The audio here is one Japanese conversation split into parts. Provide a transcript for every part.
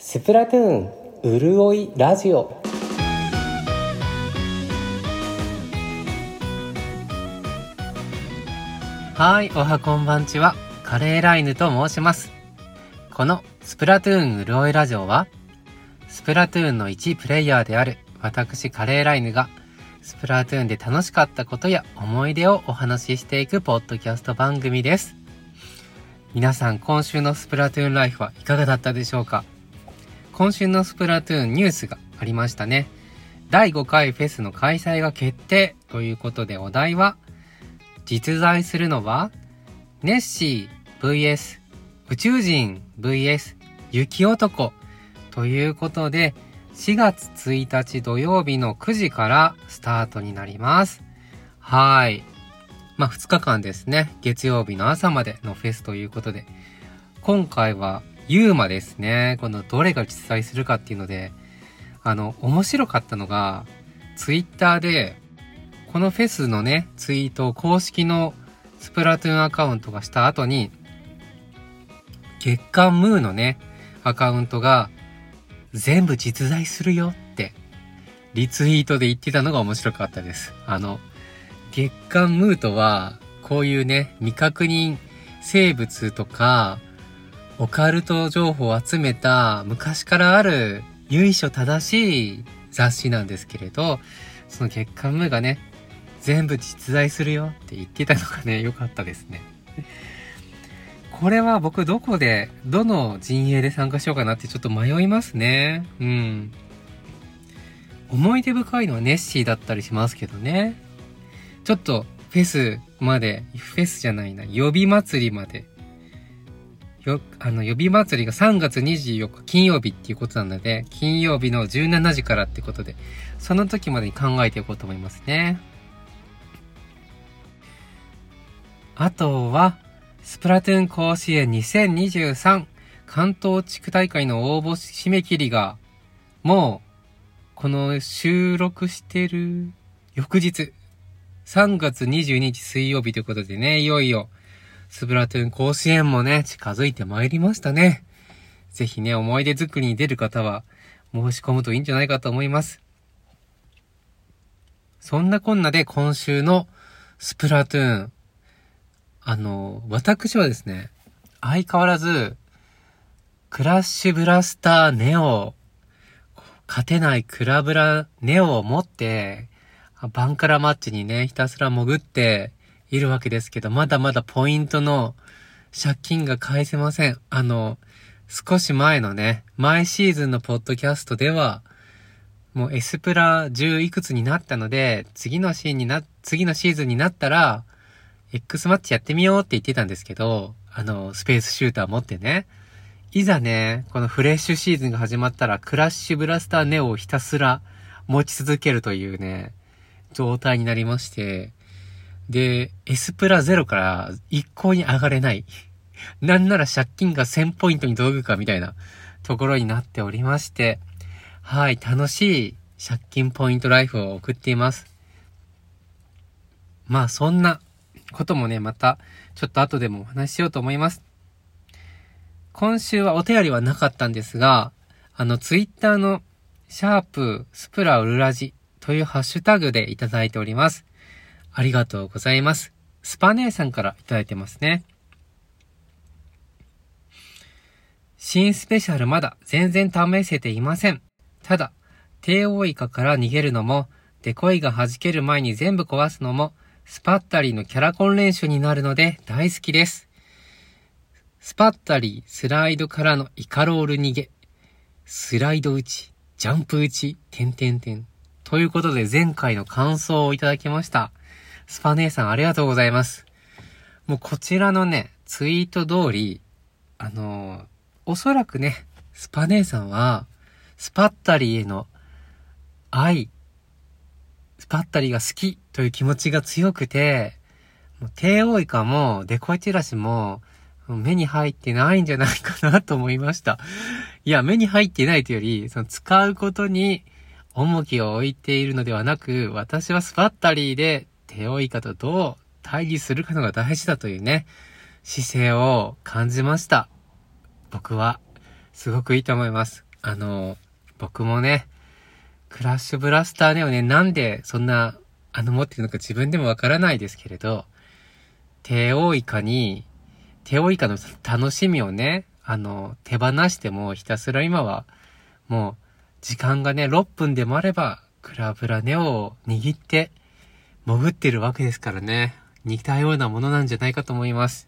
スプラトゥーンうるおいラジオ。はい、おはこんばんちは。カレーライヌと申します。このスプラトゥーンうるおいラジオは、スプラトゥーンの1プレイヤーである私カレーライヌがスプラトゥーンで楽しかったことや思い出をお話ししていくポッドキャスト番組です。皆さん、今週のスプラトゥーンライフはいかがだったでしょうか？今週のスプラトゥーンニュースがありましたね。第5回フェスの開催が決定ということで、お題は実在するのはネッシー vs 宇宙人 vs 雪男ということで、4月1日土曜日の9時からスタートになります。はい。2日間ですね。月曜日の朝までのフェスということで、今回はユーマですね。このどれが実在するかっていうので、面白かったのが、ツイッターで、このフェスのね、ツイートを公式のスプラトゥーンアカウントがした後に、月刊ムーのね、アカウントが、全部実在するよって、リツイートで言ってたのが面白かったです。月刊ムーとは、こういうね、未確認生物とか、オカルト情報を集めた昔からある由緒正しい雑誌なんですけれど、その月刊ムーがね、全部実在するよって言ってたのがね、良かったですね。これは僕どの陣営で参加しようかなってちょっと迷いますね。思い出深いのはネッシーだったりしますけどね。ちょっと予備祭りまで。予備祭りが3月24日金曜日っていうことなので、金曜日の17時からってことで、その時までに考えていこうと思いますね。あとは、スプラトゥーン甲子園2023関東地区大会の応募締め切りが、もう、この収録してる翌日、3月22日水曜日ということでね、いよいよ、スプラトゥーン甲子園もね、近づいてまいりましたね。ぜひね、思い出作りに出る方は、申し込むといいんじゃないかと思います。そんなこんなで今週のスプラトゥーン、私はですね、相変わらず、クラッシュブラスターネオ、勝てないクラブラネオを持って、バンカラマッチにね、ひたすら潜っているわけですけど、まだまだポイントの借金が返せません。少し前のね、前シーズンのポッドキャストでは、もうエスプラ10いくつになったので、次のシーズンになったら、X マッチやってみようって言ってたんですけど、スペースシューター持ってね。いざね、このフレッシュシーズンが始まったら、クラッシュブラスターネオをひたすら持ち続けるというね、状態になりまして、で、エスプラ0から一向に上がれない。なんなら借金が1000ポイントに届くかみたいなところになっておりまして、はい、楽しい借金ポイントライフを送っています。そんなこともね、またちょっと後でもお話ししようと思います。今週はお便りはなかったんですが、ツイッターのシャープスプラウルラジというハッシュタグでいただいております。ありがとうございます。スパ姉さんからいただいてますね。新スペシャルまだ全然試せていません。ただ、帝王イカから逃げるのも、デコイが弾ける前に全部壊すのも、スパッタリーのキャラコン練習になるので大好きです。スパッタリー、スライドからのイカロール逃げ、スライド打ち、ジャンプ打ち、ということで前回の感想をいただきました。スパ姉さんありがとうございます。もうこちらのね、ツイート通り、おそらくね、スパ姉さんは、スパッタリーへの愛、スパッタリーが好きという気持ちが強くて、帝王イカもデコイチラシも目に入ってないんじゃないかなと思いました。いや、目に入ってないというより、その使うことに重きを置いているのではなく、私はスパッタリーで帝王イカとどう対峙するかのが大事だというね、姿勢を感じました。僕はすごくいいと思います。 僕もね、クラッシュブラスターネオね、なんでそんな、持ってるのか自分でもわからないですけれど、テオイカの楽しみをね、手放してもひたすら今は、もう、時間がね、6分でもあれば、クラブラネオを握って、潜ってるわけですからね。似たようなものなんじゃないかと思います。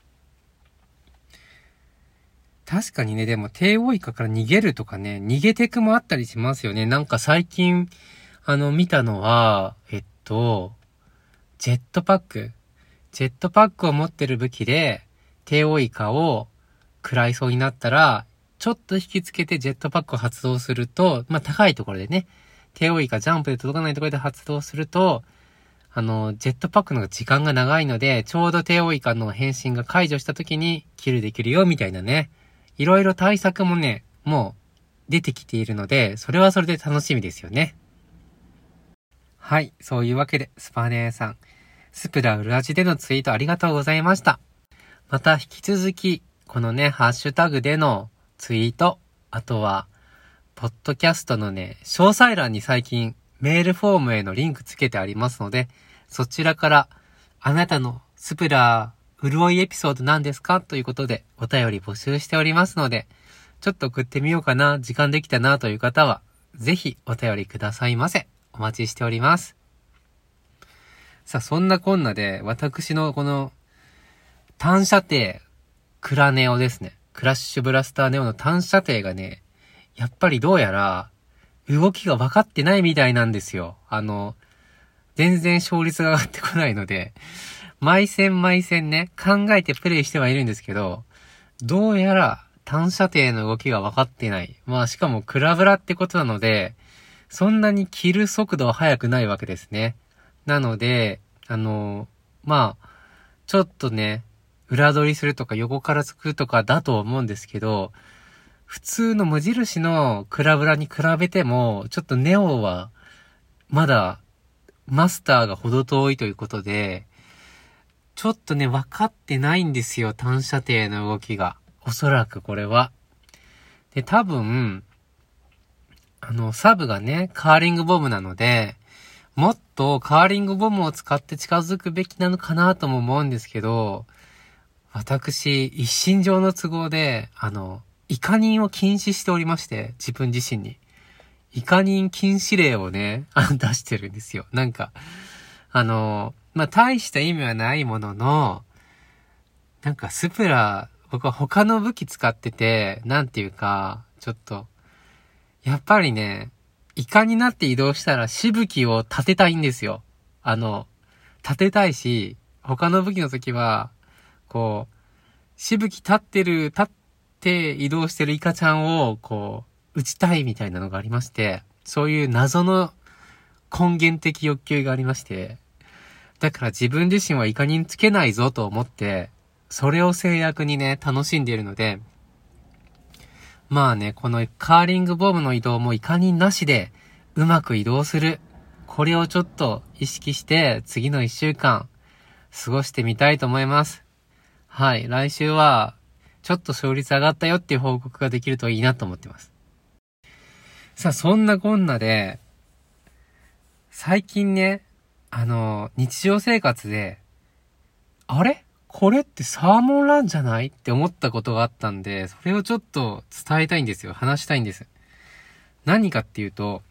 確かにね、でも低オイカから逃げるとかね、逃げテクもあったりしますよね。なんか最近、見たのは、ジェットパック。ジェットパックを持ってる武器で、低オイカを食らいそうになったら、ちょっと引きつけてジェットパックを発動すると、高いところでね、低オイカジャンプで届かないところで発動すると、ジェットパックの方が時間が長いので、ちょうど低オイカの変身が解除した時にキルできるよ、みたいなね。いろいろ対策もね、もう出てきているので、それはそれで楽しみですよね。はい、そういうわけで、スパネーさん、スプラウラジでのツイートありがとうございました。また引き続き、このね、ハッシュタグでのツイート、あとは、ポッドキャストのね、詳細欄に最近、メールフォームへのリンクつけてありますので、そちらから、あなたのスプラ潤いエピソードなんですかということでお便り募集しておりますので、ちょっと送ってみようかな、時間できたなという方は、ぜひお便りくださいませ。お待ちしております。さあ、そんなこんなで、私のこの、単射程、クラネオですね。クラッシュブラスターネオの単射程がね、やっぱりどうやら、動きが分かってないみたいなんですよ。全然勝率が上がってこないので、毎戦ね、考えてプレイしてはいるんですけど、どうやら単射程の動きが分かってない。しかもクラブラってことなので、そんなにキル速度は速くないわけですね。なので、ちょっとね、裏取りするとか横からつくとかだと思うんですけど、普通の無印のクラブラに比べても、ちょっとネオは、まだ、マスターが程遠いということで、ちょっとね、分かってないんですよ、単射程の動きが。おそらくこれは。で、多分、サブがね、カーリングボムなので、もっとカーリングボムを使って近づくべきなのかなとも思うんですけど、私、一身上の都合で、イカ人を禁止しておりまして、自分自身に。イカ人禁止令をね、出してるんですよ。なんか、大した意味はないものの、なんかスプラ、僕は他の武器使ってて、なんていうか、ちょっと、やっぱりね、イカになって移動したらしぶきを立てたいんですよ。立てたいし、他の武器の時は、こう、しぶき立って移動してるイカちゃんを、撃ちたいみたいなのがありまして、そういう謎の根源的欲求がありまして、だから自分自身はイカにつけないぞと思って、それを制約にね、楽しんでいるので、このカーリングボムの移動もイカになしでうまく移動する。これをちょっと意識して次の1週間過ごしてみたいと思います。はい、来週はちょっと勝率上がったよっていう報告ができるといいなと思ってます。さあ、そんなこんなで、最近ね、日常生活で、あれこれってサーモンランじゃないって思ったことがあったんで、それをちょっと伝えたいんですよ。話したいんです。何かっていうと、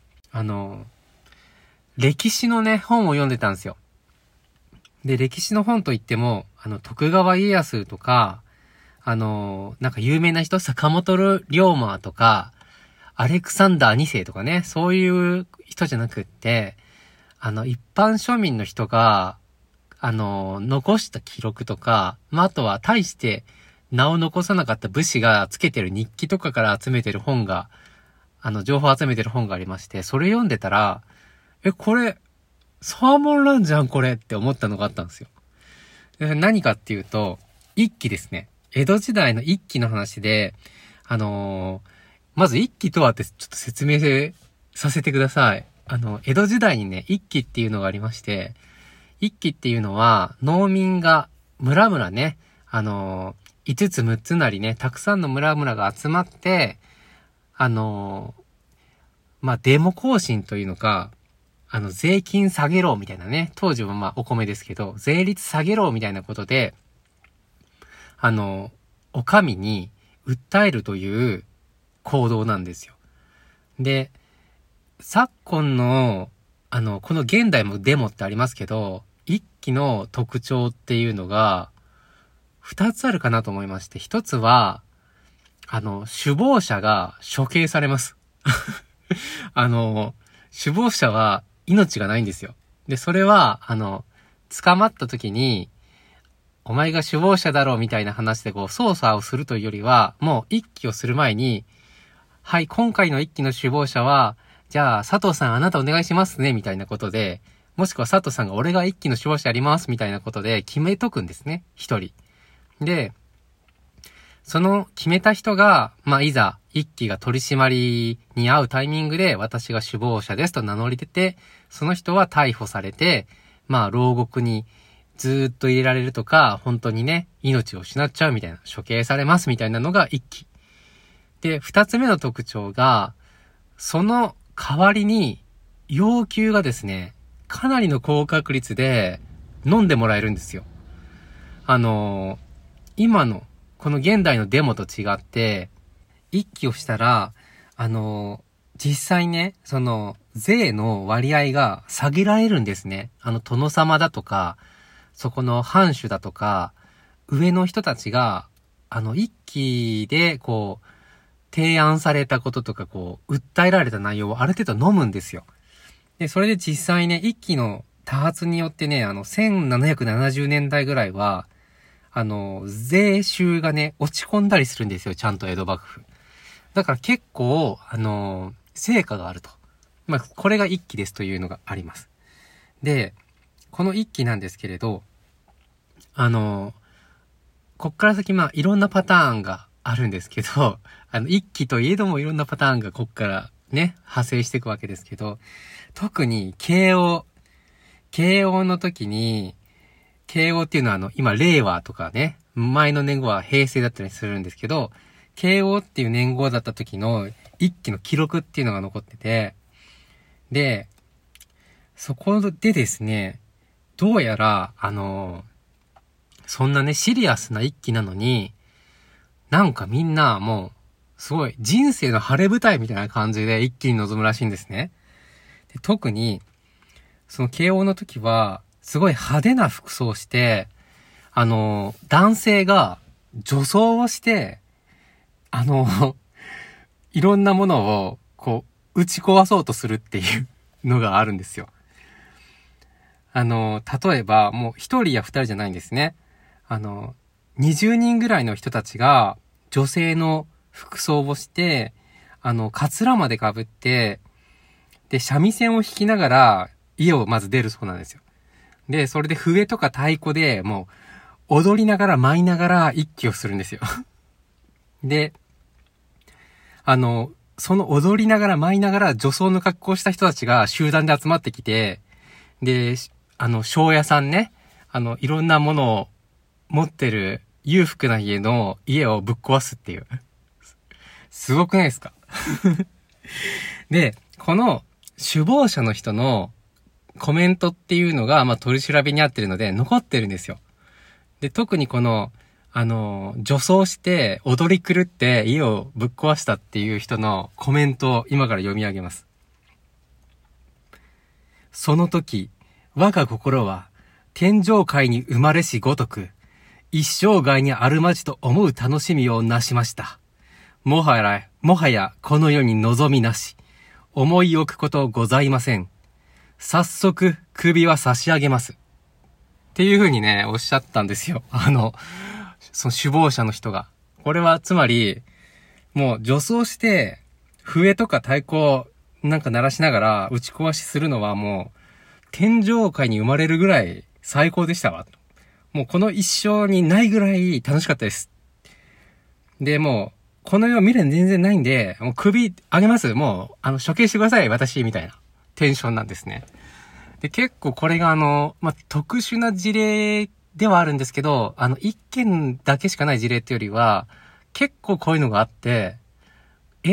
歴史のね、本を読んでたんですよ。で、歴史の本といっても、徳川家康とか、なんか有名な人、坂本龍馬とか、アレクサンダー2世とかね、そういう人じゃなくって、一般庶民の人が、残した記録とか、あとは大して名を残さなかった武士がつけてる日記とかから集めてる本が、情報を集めてる本がありまして、それ読んでたら、これ、サーモンランじゃんこれって思ったのがあったんですよ。何かっていうと、一揆ですね。江戸時代の一揆の話で、まず一揆とはってちょっと説明させてください。江戸時代にね、一揆っていうのがありまして、一揆っていうのは、農民が、村々ね、5つ6つなりね、たくさんの村々が集まって、 デモ行進というのか、税金下げろみたいなね、当時はお米ですけど、税率下げろみたいなことで、お上に訴えるという行動なんですよ。で、昨今の、この現代もデモってありますけど、一揆の特徴っていうのが、二つあるかなと思いまして、一つは、首謀者が処刑されます。首謀者は命がないんですよ。で、それは、捕まった時に、お前が首謀者だろうみたいな話で捜査をするというよりは、もう一揆をする前に、はい、今回の一揆の首謀者は、じゃあ、佐藤さんあなたお願いしますね、みたいなことで、もしくは佐藤さんが俺が一揆の首謀者やります、みたいなことで決めとくんですね、一人。で、その決めた人が、いざ一揆が取り締まりに遭うタイミングで私が首謀者ですと名乗り出て、その人は逮捕されて、牢獄にずーっと入れられるとか、本当にね、命を失っちゃうみたいな、処刑されますみたいなのが一揆。で、二つ目の特徴が、その代わりに要求がですね、かなりの高確率で飲んでもらえるんですよ。今のこの現代のデモと違って、一揆をしたら、実際ね、その税の割合が下げられるんですね。殿様だとか、そこの藩主だとか、上の人たちが、一揆で提案されたこととか訴えられた内容をある程度飲むんですよ。で、それで実際ね、一揆の多発によってね、1770年代ぐらいは、税収がね、落ち込んだりするんですよ、ちゃんと江戸幕府。だから結構、成果があると。これが一揆ですというのがあります。で、この一揆なんですけれど、こっから先いろんなパターンがあるんですけど、一揆といえどもいろんなパターンがこっからね、派生していくわけですけど、特に慶応の時に、慶応っていうのは今令和とかね、前の年号は平成だったりするんですけど、慶応っていう年号だった時の一揆の記録っていうのが残ってて、で、そこでですね、どうやら、そんなね、シリアスな一揆なのに、なんかみんなもう、すごい人生の晴れ舞台みたいな感じで一揆に臨むらしいんですね。で、特に、その慶応の時は、すごい派手な服装をして、男性が女装をして、いろんなものを、打ち壊そうとするっていうのがあるんですよ。例えば、もう一人や二人じゃないんですね。20人ぐらいの人たちが、女性の服装をして、カツラまで被って、で、三味線を弾きながら、家をまず出るそうなんですよ。で、それで笛とか太鼓で、もう、踊りながら舞いながら一揆をするんですよ。で、その踊りながら舞いながら女装の格好をした人たちが集団で集まってきて、で、庄屋さんね、いろんなものを持ってる裕福な家をぶっ壊すっていう。すごくないですか？で、この首謀者の人のコメントっていうのが、取り調べにあってるので残ってるんですよ。で、特にこの、女装して踊り狂って家をぶっ壊したっていう人のコメントを今から読み上げます。その時、我が心は天上界に生まれしごとく、一生涯にあるまじと思う楽しみをなしました。もはやこの世に望みなし、思い置くことございません。早速、首は差し上げます。っていう風にね、おっしゃったんですよ。その首謀者の人が。これはつまり、もう女装して、笛とか太鼓なんか鳴らしながら打ち壊しするのはもう、天上界に生まれるぐらい最高でしたわ。もうこの一生にないぐらい楽しかったです。で、もう、この世見るの全然ないんで、もう首あげます。もう、処刑してください、私、みたいなテンションなんですね。で、結構これが特殊な事例ではあるんですけど、一件だけしかない事例っていうよりは、結構こういうのがあって、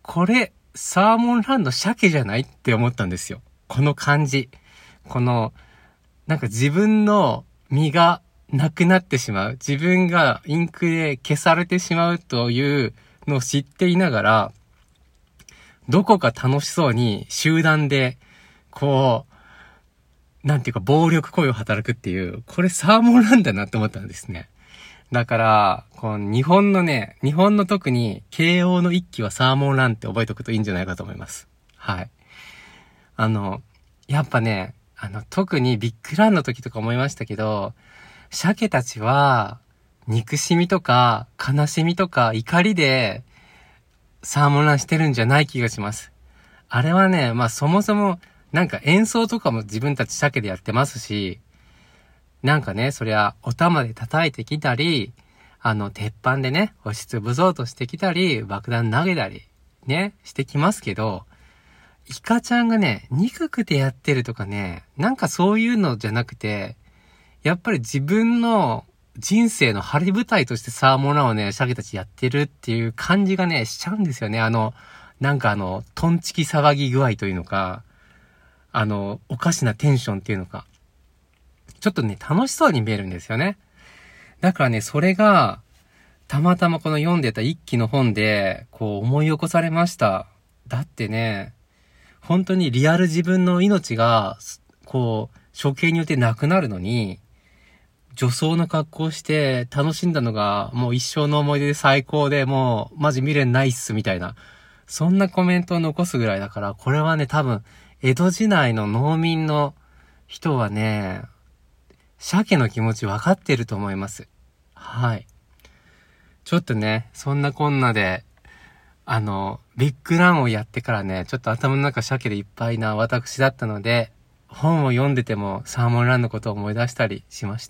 これ、サーモンランド鮭じゃないって思ったんですよ。この感じ。この、なんか自分の身がなくなってしまう。自分がインクで消されてしまうというのを知っていながら、どこか楽しそうに集団で、こう、なんていうか暴力行為を働くっていう、これサーモンランだなって思ったんですね。だから、この日本の特に慶応の一期はサーモンランって覚えておくといいんじゃないかと思います。はい。やっぱね、特にビッグランの時とか思いましたけど、鮭たちは、憎しみとか、悲しみとか、怒りで、サーモンランしてるんじゃない気がします。あれはね、まあそもそも、なんか演奏とかも自分たち鮭でやってますし、なんかね、そりゃ、お玉で叩いてきたり、鉄板でね、押しつぶそうとしてきたり、爆弾投げたり、ね、してきますけど、イカちゃんがね、憎くてやってるとかね、なんかそういうのじゃなくて、やっぱり自分の人生の晴れ舞台としてサーモンランをね、鮭たちやってるっていう感じがね、しちゃうんですよね。なんかトンチキ騒ぎ具合というのか、おかしなテンションっていうのか。ちょっとね、楽しそうに見えるんですよね。だからね、それが、たまたまこの読んでた一期の本で、こう思い起こされました。だってね、本当にリアル自分の命が、こう、処刑によってなくなるのに、女装の格好して楽しんだのがもう一生の思い出で最高でもうマジ未練ないっすみたいな。そんなコメントを残すぐらいだから、これはね多分江戸時代の農民の人はね、鮭の気持ち分かってると思います。はい。ちょっとね、そんなこんなで、ビッグランをやってからね、ちょっと頭の中鮭でいっぱいな私だったので、本を読んでてもサーモンランのことを思い出したりしました。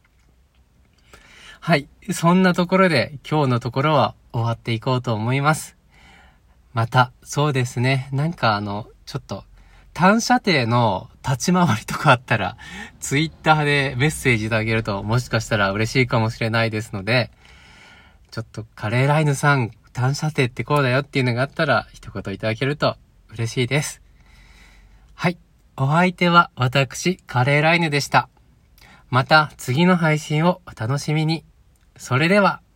はい。そんなところで今日のところは終わっていこうと思います。また、そうですね。なんかちょっと短射程の立ち回りとかあったら、ツイッターでメッセージいただけるともしかしたら嬉しいかもしれないですので、ちょっとカレーライヌさん、短射程ってこうだよっていうのがあったら一言いただけると嬉しいです。はい。お相手は私、カレーライヌでした。また次の配信をお楽しみに。それでは。